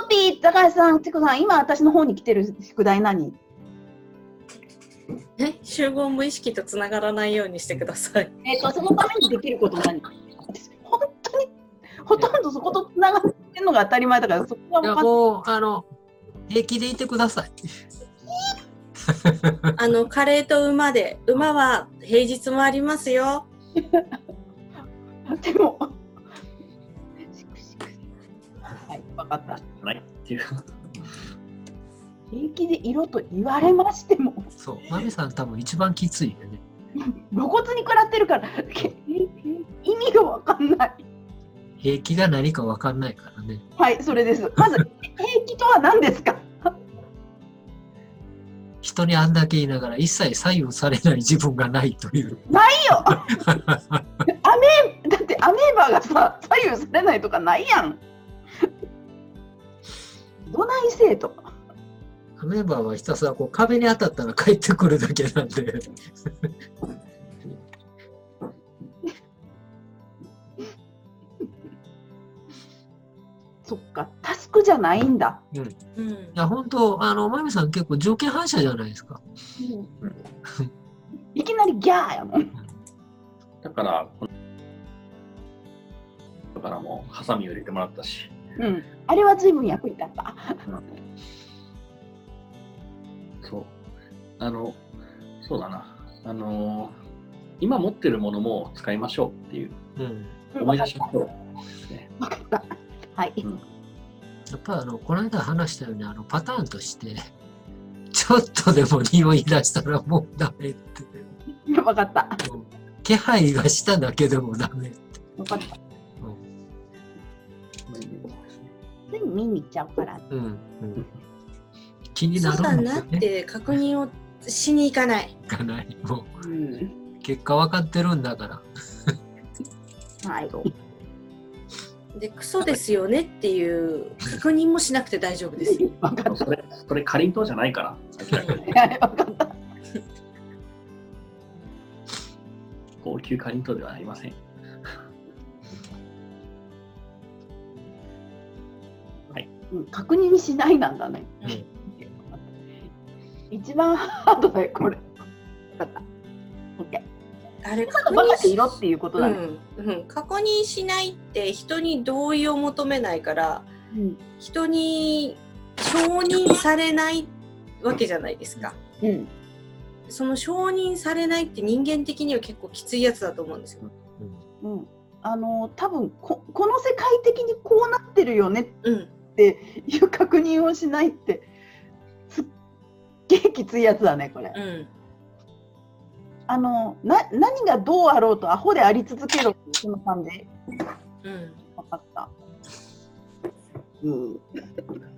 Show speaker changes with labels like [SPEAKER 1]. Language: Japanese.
[SPEAKER 1] トピー、高橋さん、チコさん、今私の方に来てる宿題何？
[SPEAKER 2] 集合無意識とつながらないようにしてください。
[SPEAKER 1] そのためにできること何？私、本当に、ほとんどそことつながってるのが当たり前だから、そこは分かんない。
[SPEAKER 3] もう、平気でいてください。
[SPEAKER 2] カレーと馬で、馬は平日もありますよ。
[SPEAKER 1] でも、はい、分かった。
[SPEAKER 4] ないっていう。
[SPEAKER 1] 平気でいろと言われましても。
[SPEAKER 3] そう、マミさん多分一番きついよね。
[SPEAKER 1] 露骨に食らってるから、意味が分かんない。
[SPEAKER 3] 平気が何か分かんないからね。
[SPEAKER 1] はい、それです。まず、平気とは何ですか？
[SPEAKER 3] 人にあんだけ言いながら一切左右されない自分がないという。
[SPEAKER 1] ないよだってアメーバがさ、左右されないとかないやん。どない生徒。
[SPEAKER 3] アメーバーはひたすらこう壁に当たったら帰ってくるだけなんで。
[SPEAKER 1] そっか、タスクじゃないんだ。
[SPEAKER 3] いや、本当マミさん結構条件反射じゃないですか。
[SPEAKER 1] いきなりギャーやもん。
[SPEAKER 4] だから、もうハサミを入れてもらったし。
[SPEAKER 1] あれは随分役に立った。
[SPEAKER 4] そう。そうだな。今持ってるものも使いましょうっていう。思い出しましょうですね。
[SPEAKER 1] 分かった。はい。
[SPEAKER 3] やっぱこの間話したようにパターンとしてちょっとでも匂い出したらもうダメって。
[SPEAKER 1] 分かった。
[SPEAKER 3] 気配がしただけでもダメって。
[SPEAKER 1] 分かった。全部見に行っちゃうから。
[SPEAKER 3] 気になるんですよね。
[SPEAKER 2] そうだなって確認をしに行かない。
[SPEAKER 3] 行かない。もう結果分かってるんだから。
[SPEAKER 1] はい。
[SPEAKER 2] で、クソですよねっていう確認もしなくて大丈夫です。
[SPEAKER 1] 分かった。
[SPEAKER 4] それかりんとうじゃないから。明らかに。
[SPEAKER 1] 分かった。
[SPEAKER 4] 高級かりんとうではありません。はい。
[SPEAKER 1] 確認しないなんだね。一番ハードだよこれ。分かった。オッケー。
[SPEAKER 2] あれ
[SPEAKER 1] 確認しろっていうことだね。
[SPEAKER 2] 確認しないって人に同意を求めないから、人に承認されないわけじゃないですか。その承認されないって人間的には結構きついやつだと思うんですよ。
[SPEAKER 1] 多分この世界的にこうなってるよねっていう確認をしないってすっげえきついやつだねこれ。何がどうあろうとアホであり続けろってその感じ。分かった。